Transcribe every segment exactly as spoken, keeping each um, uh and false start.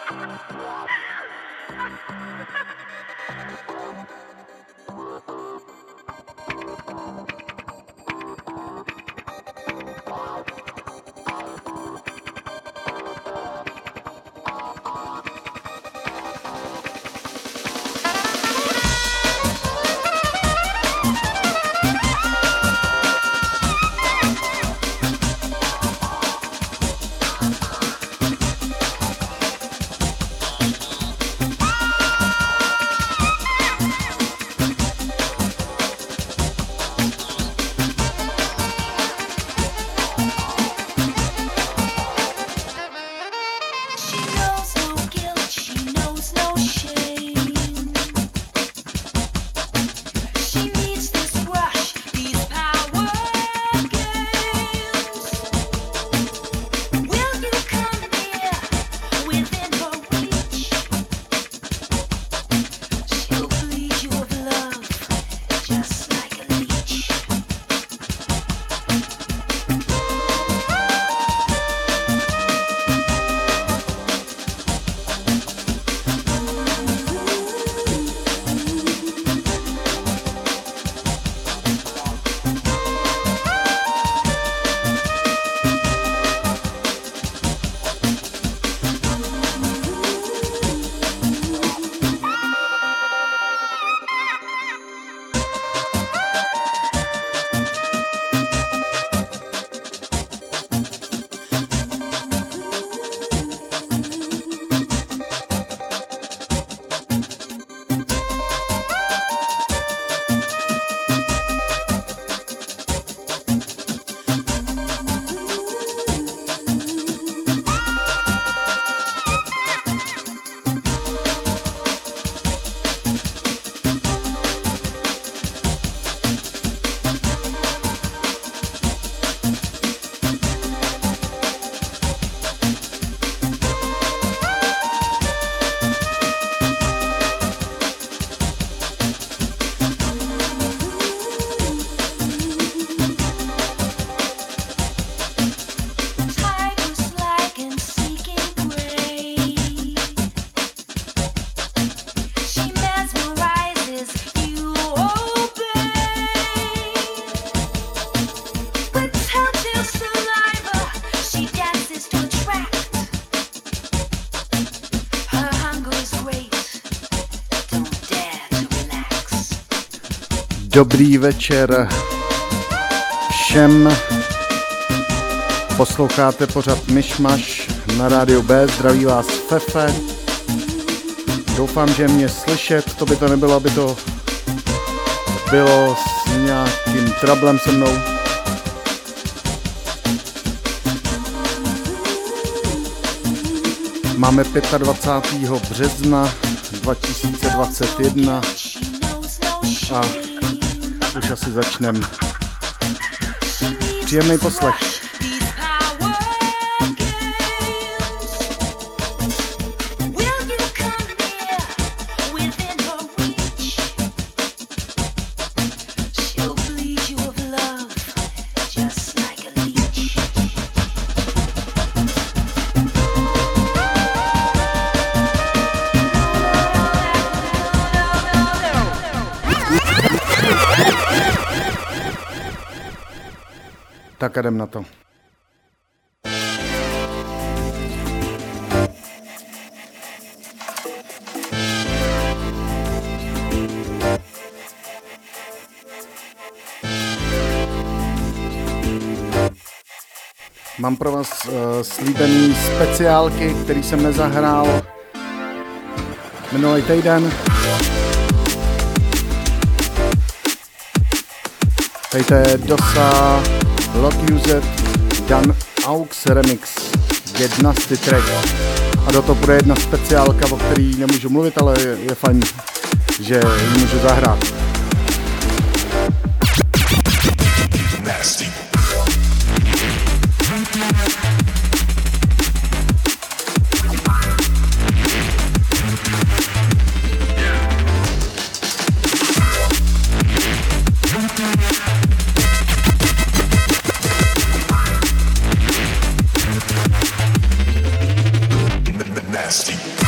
Dobrý večer všem. Posloucháte pořad Myšmaš na rádiu B. Zdraví vás Fefe. Doufám, že mě slyšet. To by to nebylo, aby to bylo s nějakým trablem se mnou. Máme dvacátého pátého března dva tisíce dvacet jedna a už asi začneme. Příjemný poslech. Tak jdem na to. Mám pro vás uh, slíbený speciálky, který jsem nezahrál minulý týden. Tady to je Dosa Lock User Dan Aux Remix, jedenáctý track. A do toho bude jedna speciálka, o který nemůžu mluvit, ale je, je fajn, že ji můžu zahrát. Nasty. Nasty.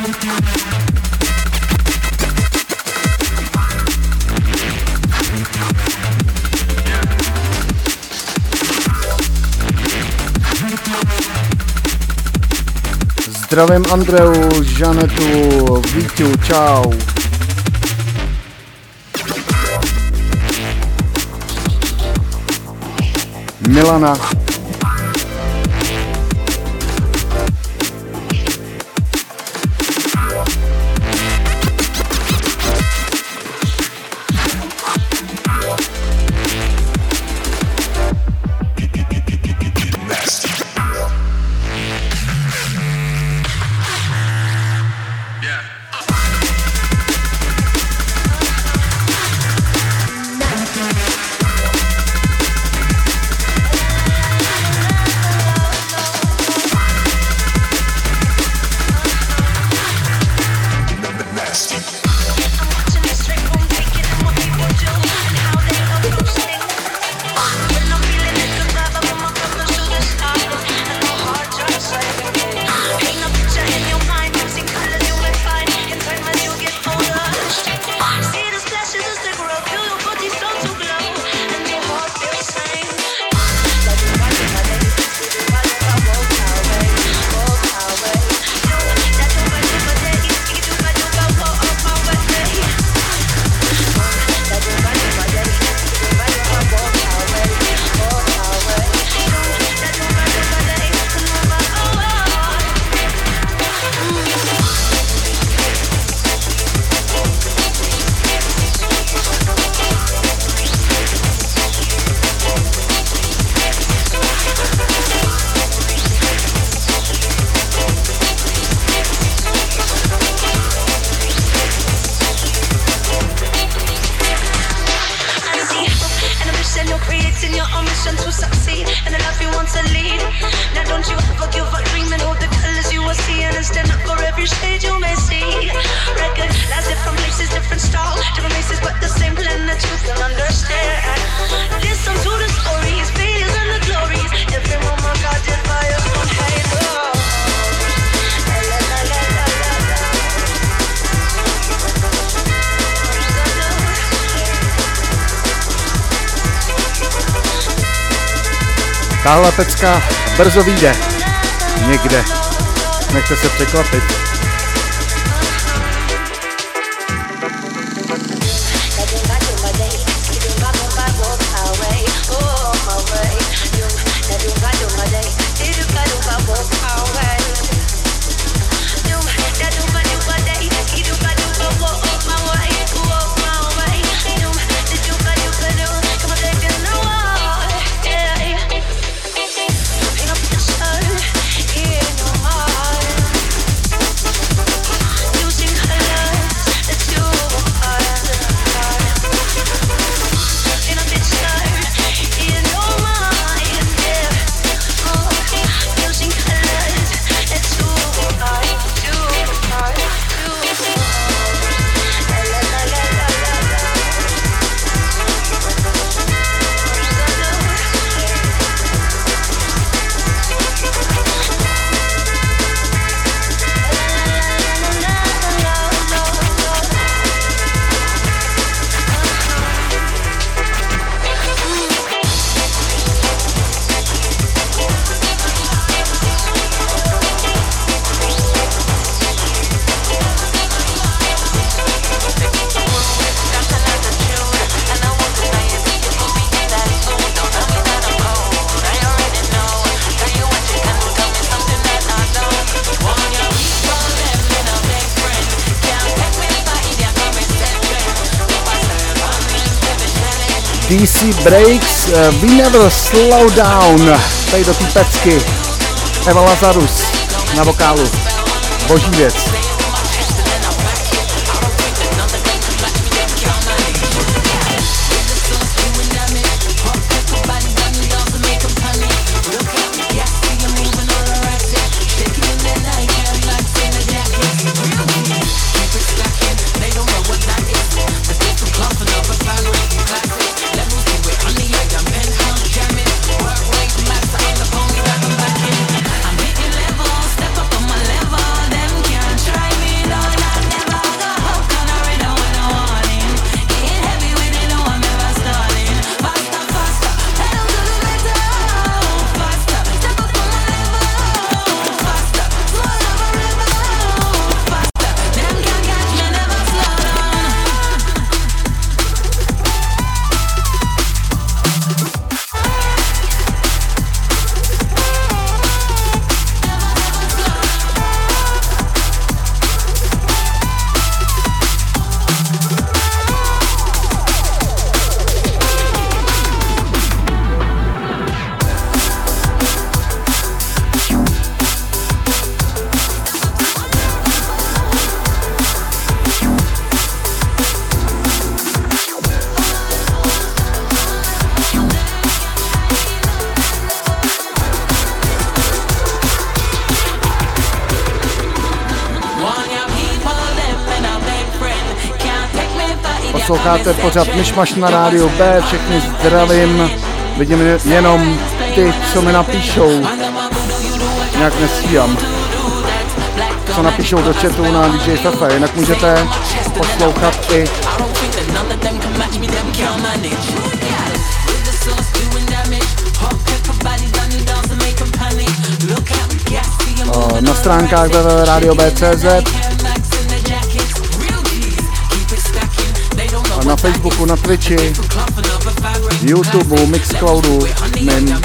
Zdravím Andreu, Žanetu, Víťu, čau. Milana. Tahle pecka brzo vyjde. Někde. Nechte se překvapit. D C Breaks, uh, We Never Slow Down, tady do té pecky, Eva Lazarus na vokálu, boží věc. Try Posloucháte pořád Myšmaš na rádiu B, všechny zdravím. Vidím jenom ty, co mi napíšou. Nějak nestíhám. Co napíšou do chatu na D J Fefe, jinak můžete poslouchat i na stránkách w w w tečka radio b tečka c z, na Facebooku, na Twitchi, YouTube, Mixcloudu, mým.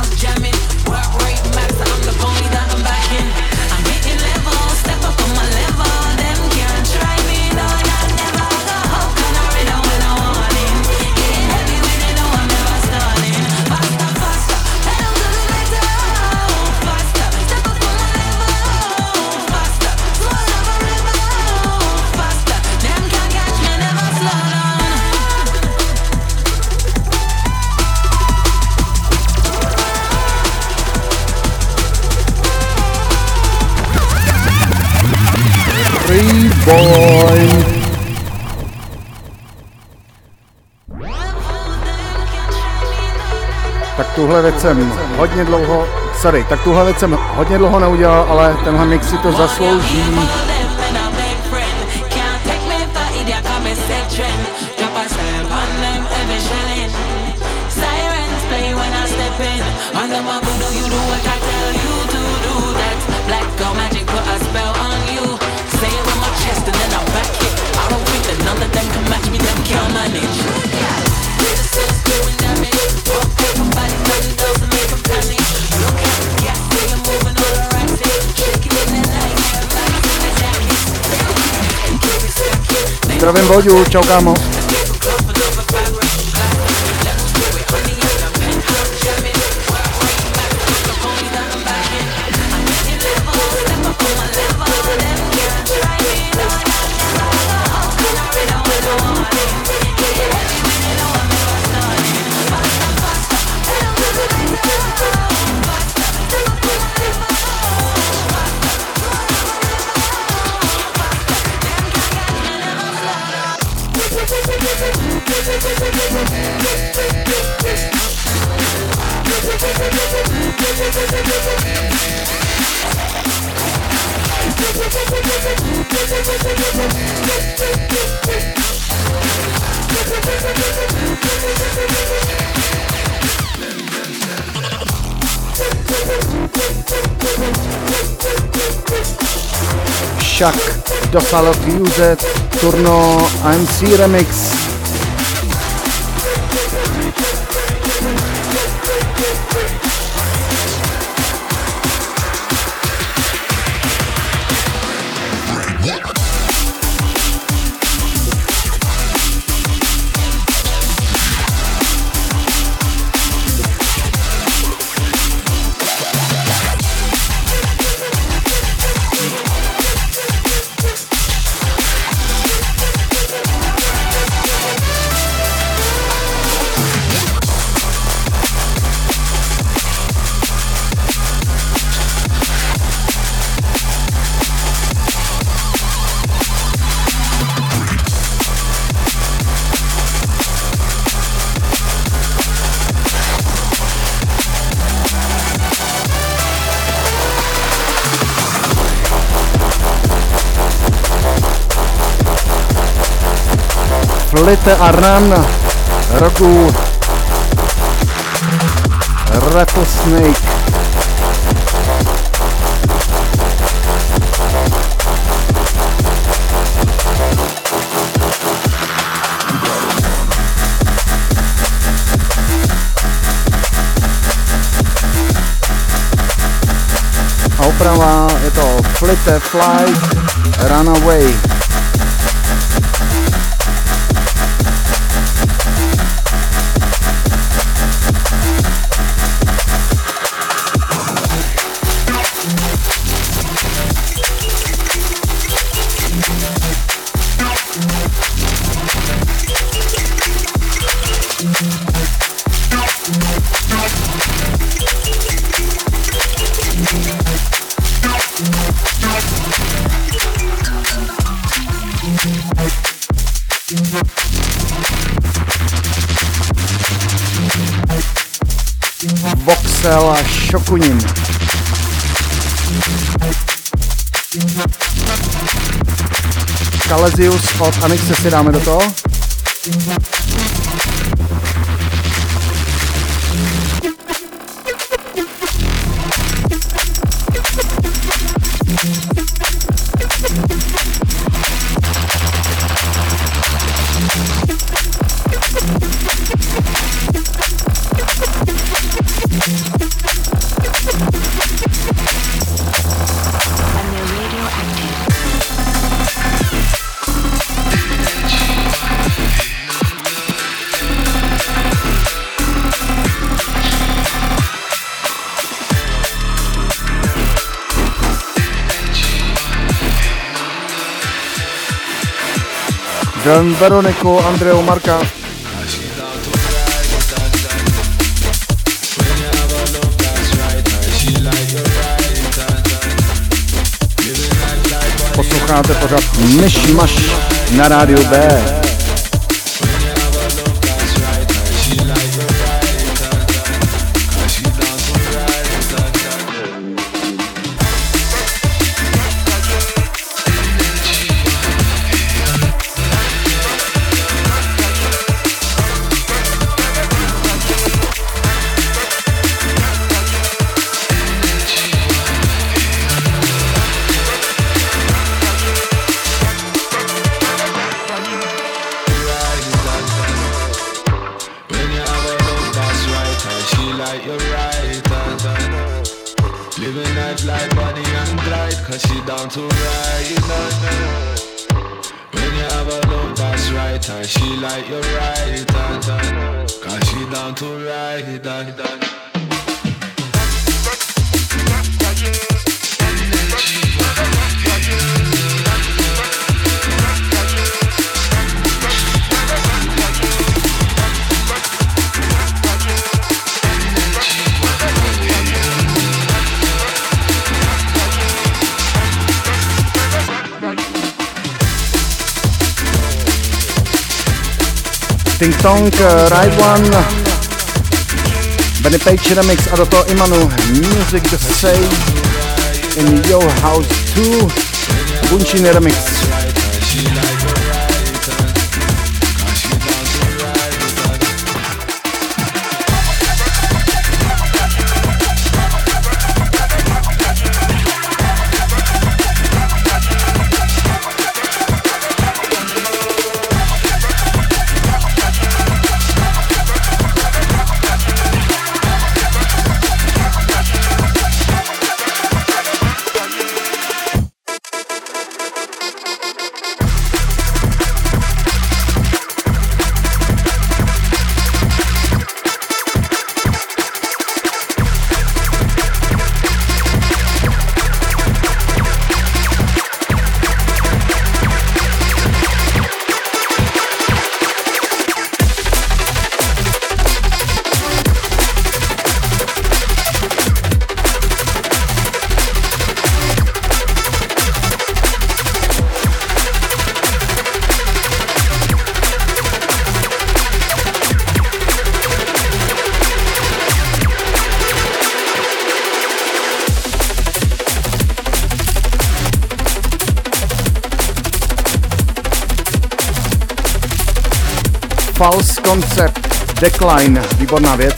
Free boy. Tak tuhle věc jsem hodně dlouho, sorry, tak tuhle věc jsem hodně dlouho neudělal, ale tenhle mix si to zaslouží. Zdravím Boďu, čau kámo. Však Dosa Fuse, Turno a M C Remix. Flitte a Run, roku Rattlesnake. A oprava je to Flitte Flight Runaway. Marcel Šokunin. Kalezius od Anixe si dáme do toho. Zdravím Veroniku, Andreu, Marka. Posloucháte pořád Myš Maš na rádiu B. Ting Tong, Ride One, Benny Page Remix a do toho Imanu, Music the Same in Your House two, Bunchini Remix. False Concept, Decline, výborná věc.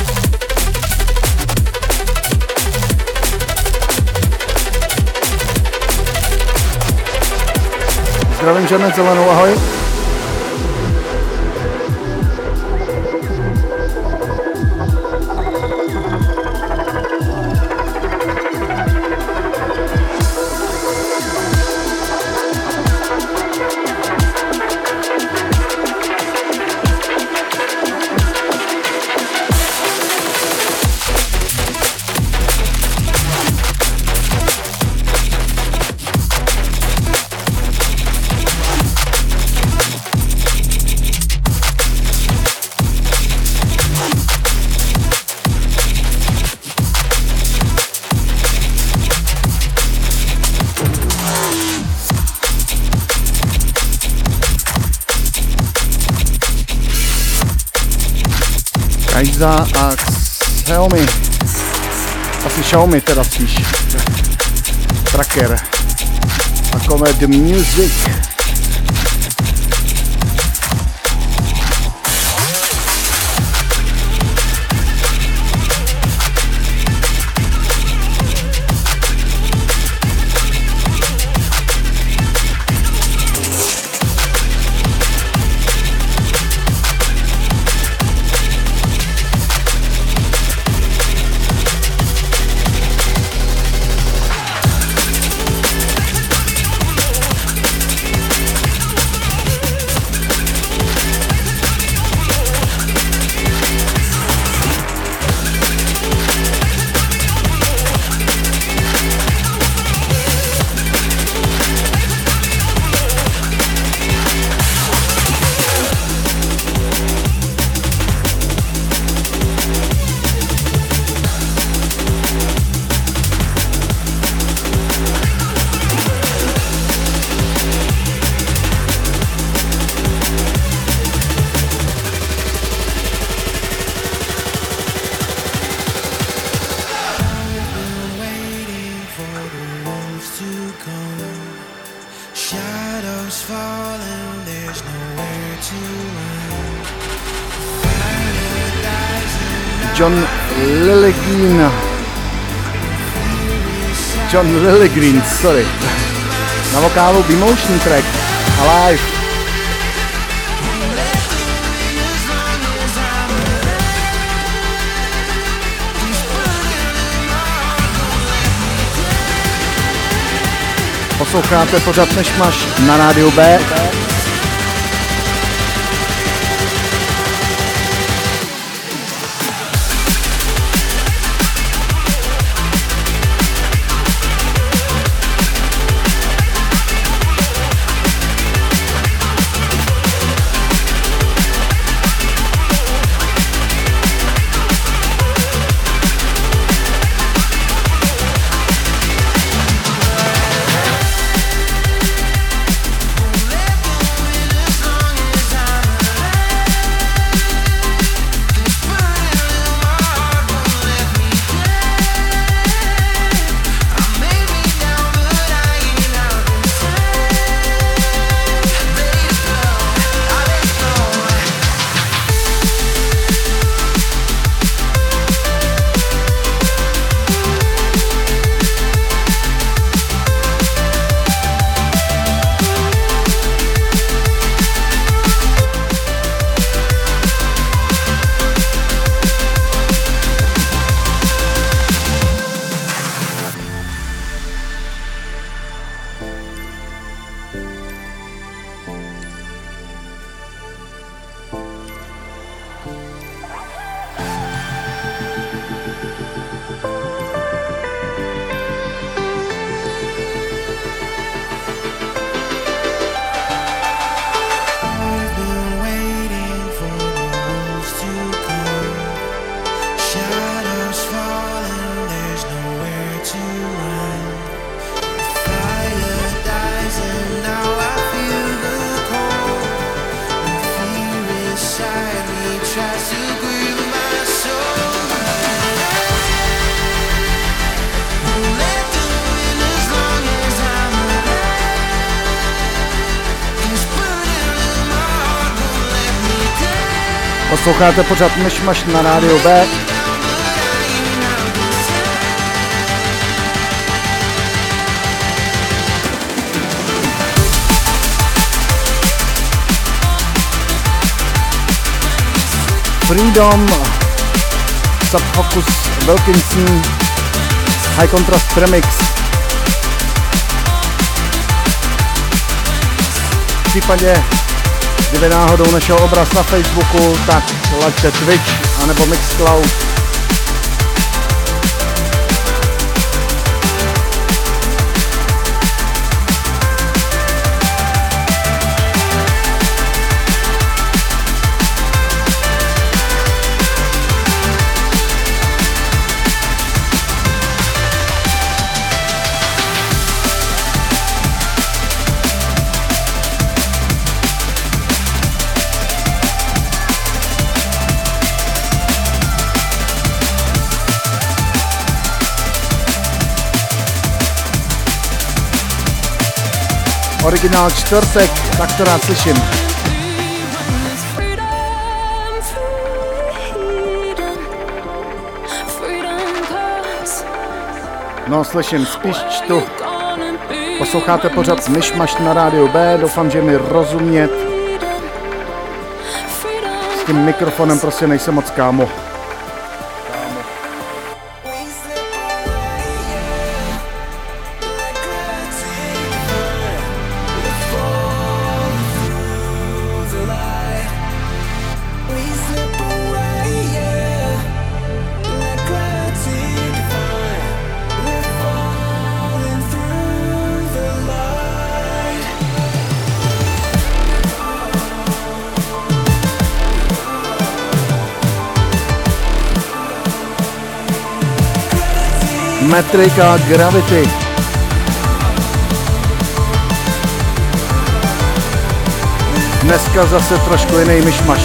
Zdravím Janet Zelenou, ahoj. Kaiza a Xiaomi. Asi Xiaomi teda spíš. Tracker. A Comet Music. John Lilligren. John Lilligren, sorry. Na vokálu B-Motion track. Alive. Posloucháte pořád Nešmaš na rádiu B. Posloucháte pořád Nešmaš na rádiu B. Freedom, Subfocus, Wilkinson, High Contrast Remix. V případě, kdyby náhodou nešel obraz na Facebooku, tak laďte Twitch anebo Mixcloud. Originál čtvrtek, tak to rád slyším. No, slyším, spíš čtu. Posloucháte pořád Myšmaš na rádiu B, doufám, že mi rozumět. S tím mikrofonem prostě nejsem moc kámo. Metrika Gravity. Dneska zase trošku jiný myšmaš.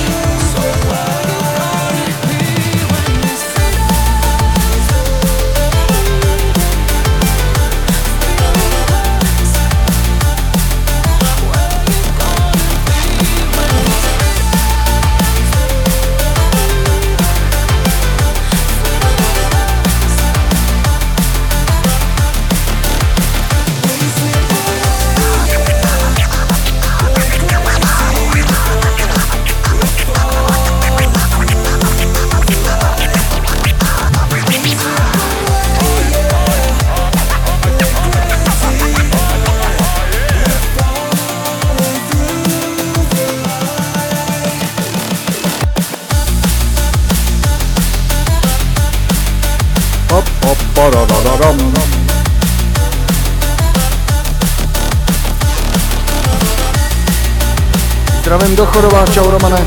Zdravím do Chodova, čau Romane.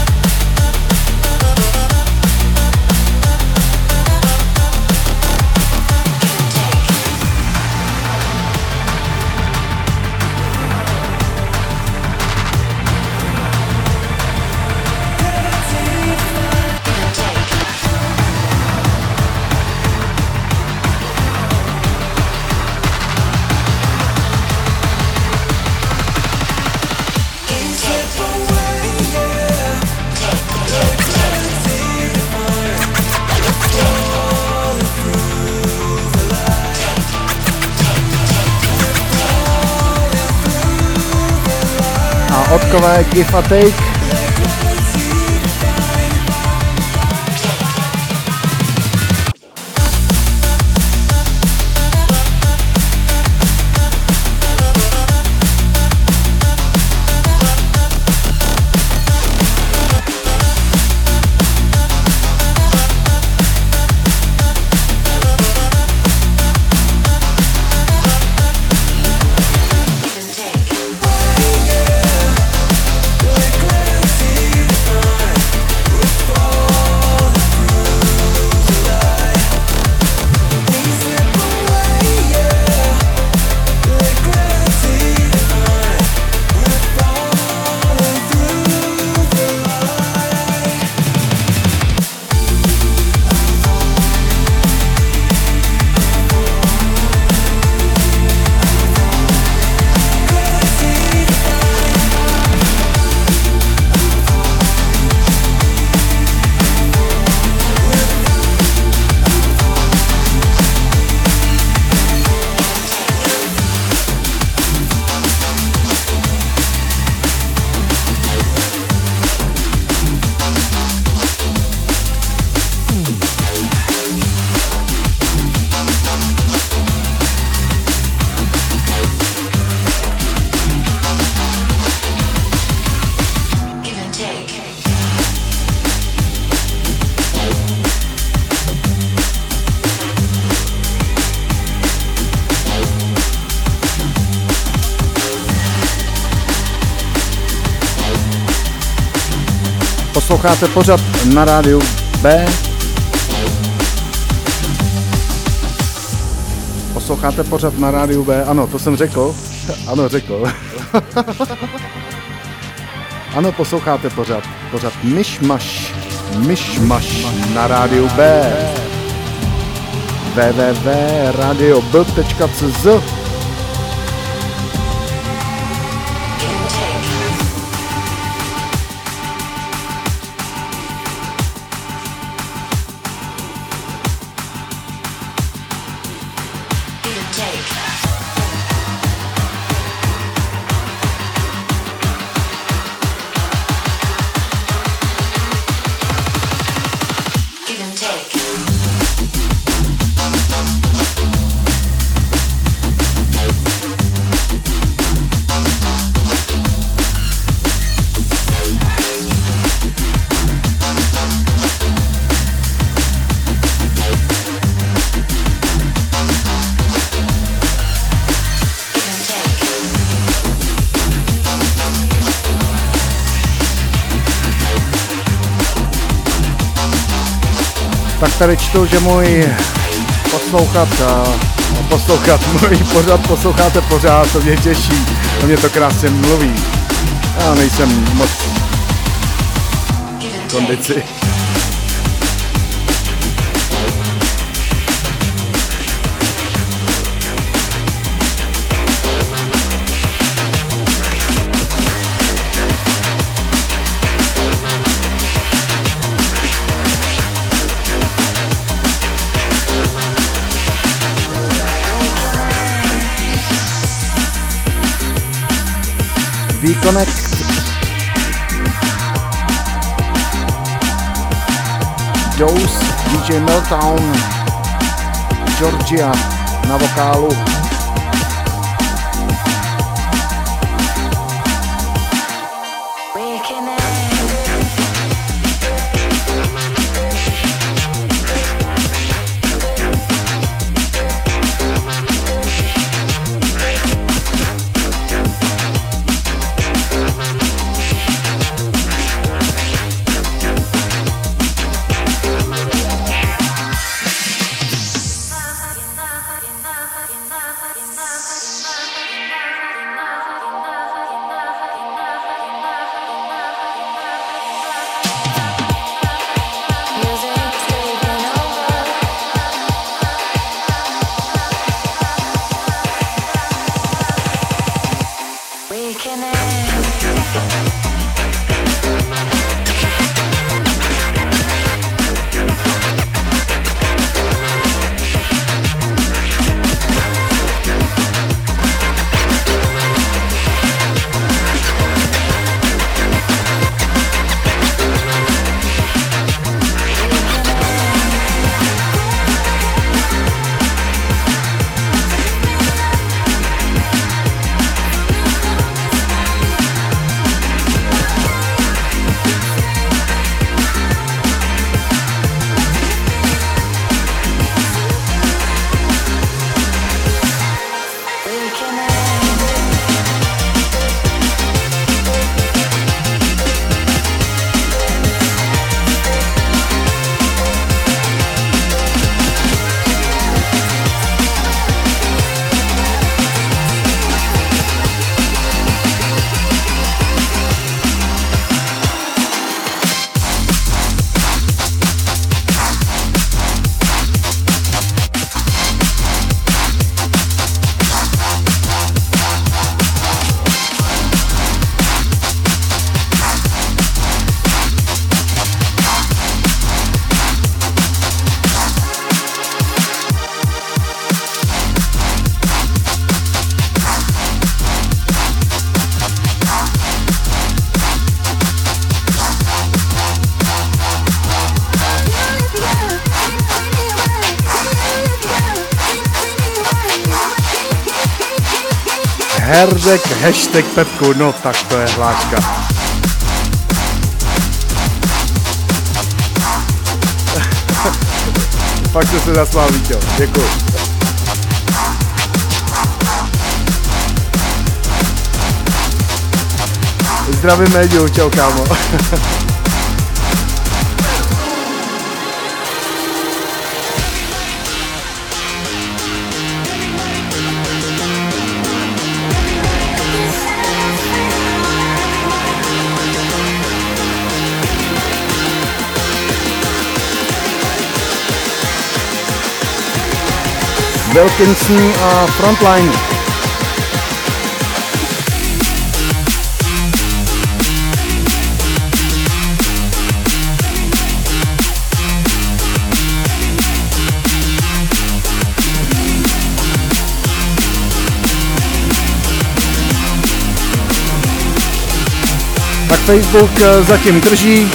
Odkové Give a Take. Posloucháte pořad na rádiu B. Posloucháte pořad na rádiu B. Ano, to jsem řekl. Ano, řekl. Ano, posloucháte pořad. Pořad Myšmaš. Myšmaš na rádiu B. w w w tečka radio b tečka c z. Tak tady čtu, že můj poslouchat, poslouchat, můj pořád posloucháte pořád, to mě těší, to mě to krásně mluví. Já nejsem moc v kondici. V-Connect, Dose, D J Meltdown, Georgia na vokálu. Herdek, hashtag Pepku, no tak to je hláška. Fakt se zasmál, Víťo, děkuju. Zdravím Méďu, čau kámo. Wilkinson a Frontline. Tak Facebook zatím drží.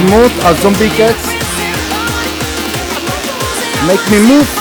Mood a Zombie Cats. Make Me Move.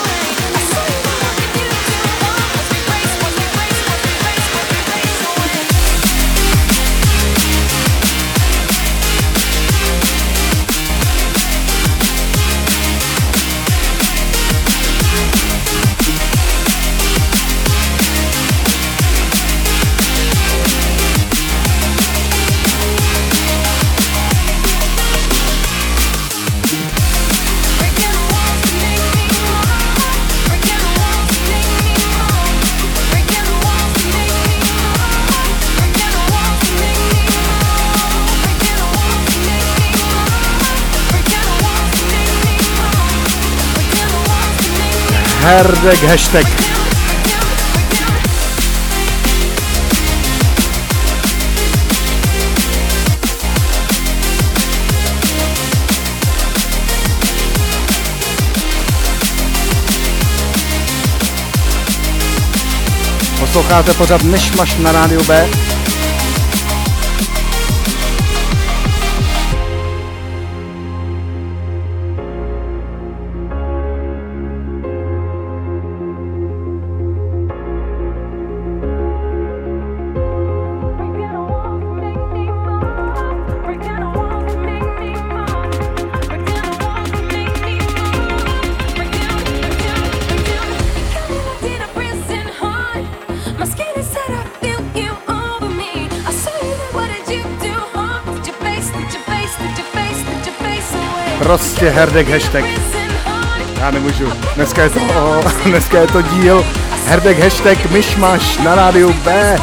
Herdek hashtag. Posloucháte pořád Myšmaš na rádiu B. Prostě herdek hashtag. Já nemůžu. Dneska je to, dneska je to díl herdek hashtag Myšmaš na rádiu B.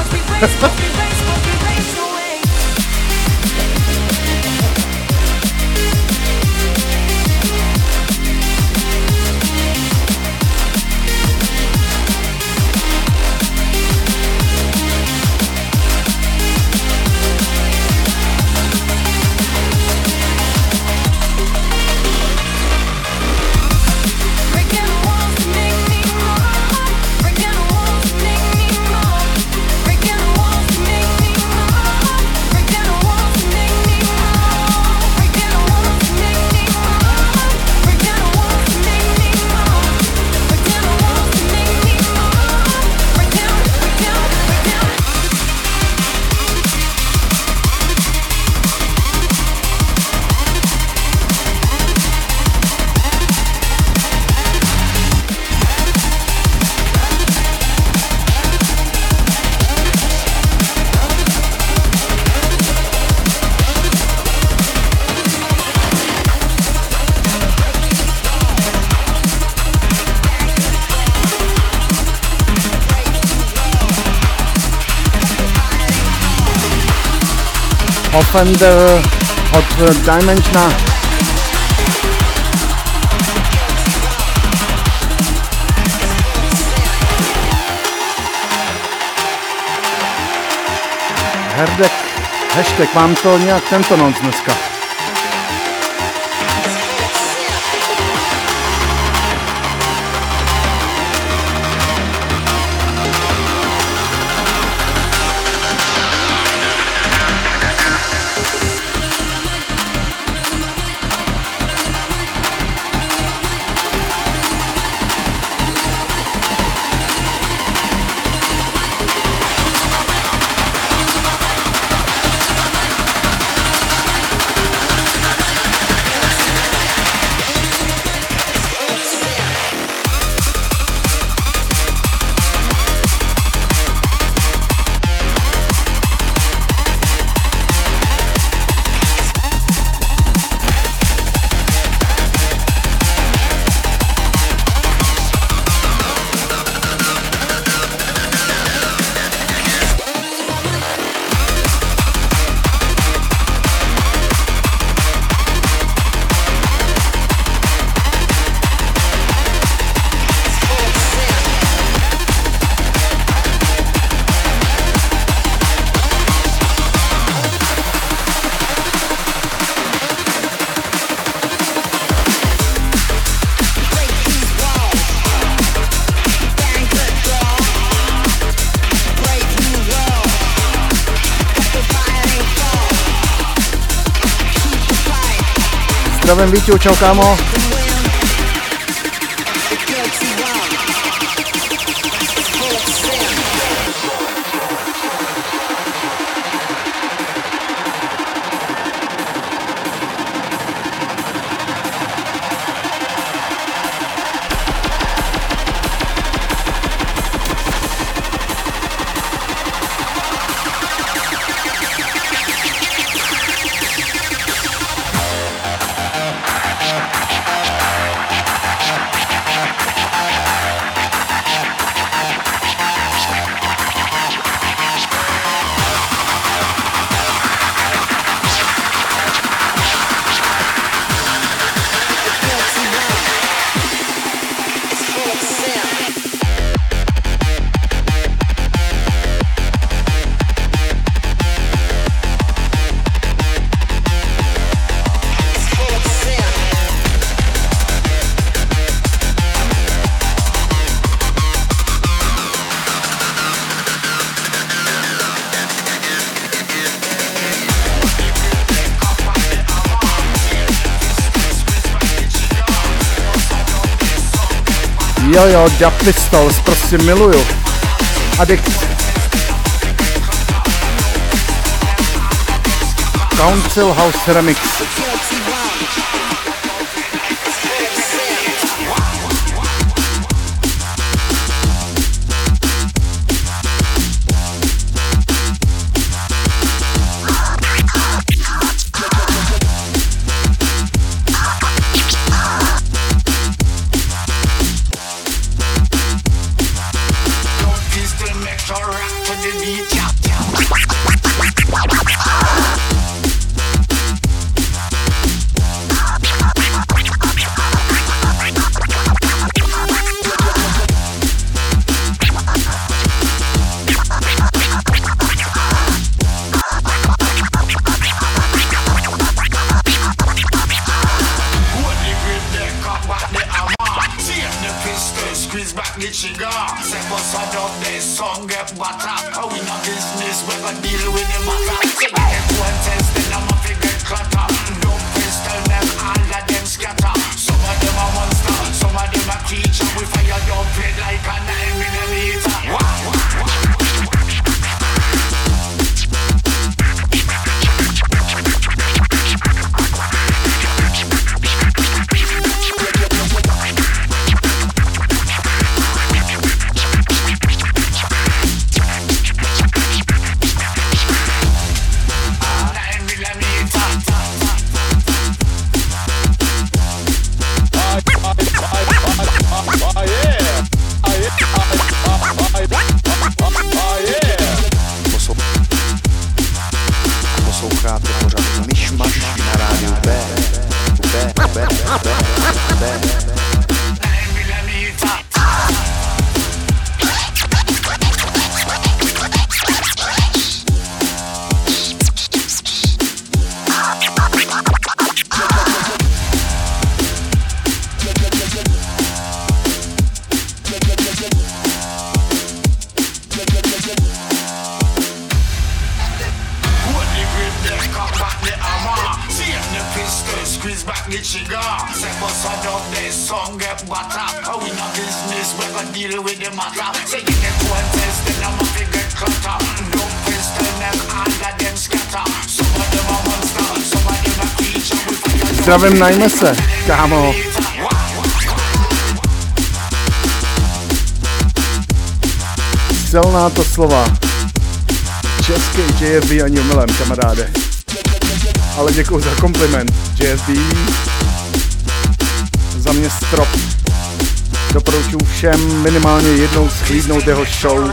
Offender od Dimensiona. Herdek, hashtag, mám to nějak tento noc dneska. Zdravím Víťu, čau kámo. Jo jo, Dub Pistols, prostě miluju. Addict. Council House Remix. Zdravím, najme se, kámo. Silná to slova. Český J F B ani omylem, kamaráde. Ale děkuju za kompliment. J F B za mě strop. Doporučuji všem minimálně jednou schlídnout jeho show.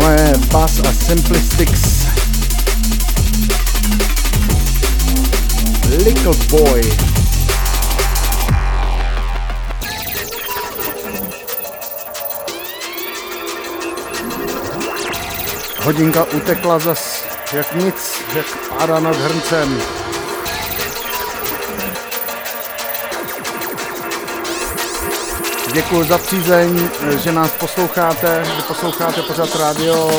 Tohle je Bass a Simplistics. Little Boy. Hodinka utekla zas jak nic, jak páda nad hrncem. Děkuji za přízeň, že nás posloucháte, že posloucháte pořád rádio.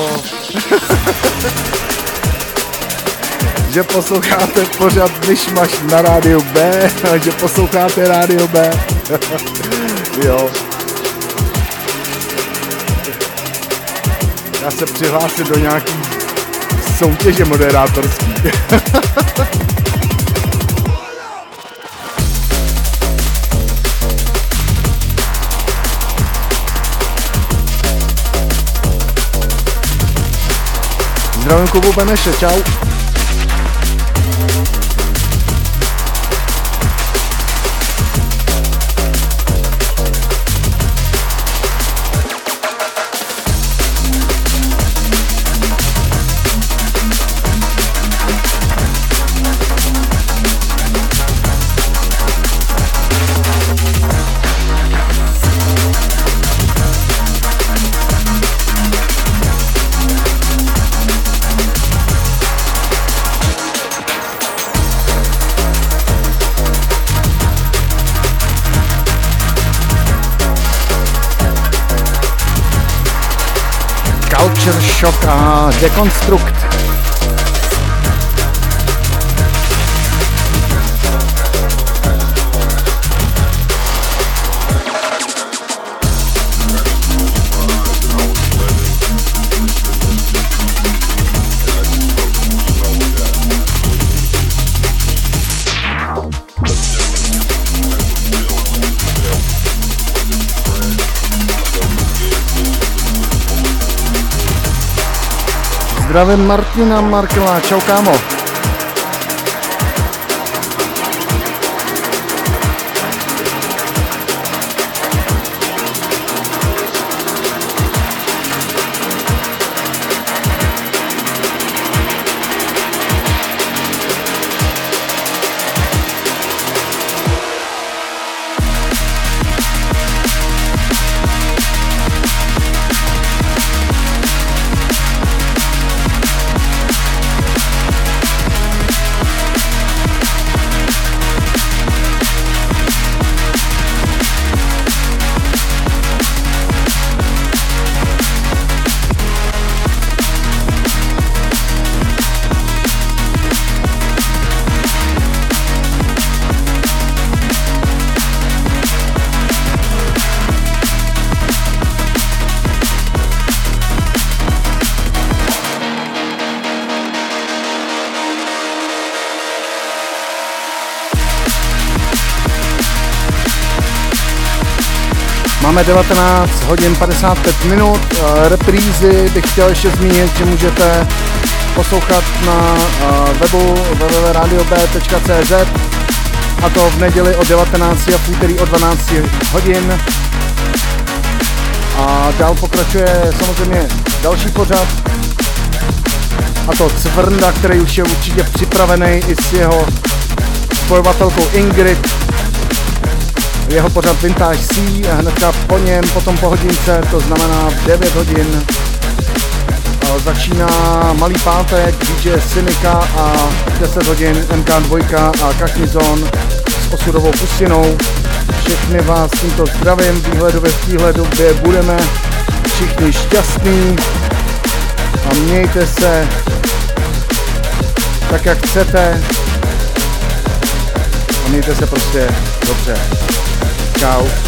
Že posloucháte pořád Myšmaš na rádiu B, že posloucháte rádio B. Jo. Já se přihlásím do nějaký soutěže moderátorský. Zdravím Kubu Beneše, čau. Culture Shock a Deconstruct. Zdravím Martina Markela, čau kámo. Máme devatenáct hodin padesát pět minut, reprízy bych chtěl ještě zmínit, že můžete poslouchat na webu w w w tečka radio b tečka c z a to v neděli od devatenácti a v úterý od dvanácti hodin. A dál pokračuje samozřejmě další pořad, a to Cvrnda, který už je určitě připravený i s jeho spojovatelkou Ingrid. Jeho pořad Vintage C a hnedka po něm, potom po hodince, to znamená v devět hodin, začíná Malý pátek, D J Cynika a v deset hodin M K dva a Kachmizon s osudovou pustinou. Všechny vás tímto zdravím, výhledově v téhle době budeme všichni šťastní a mějte se tak, jak chcete a mějte se prostě dobře. Ciao.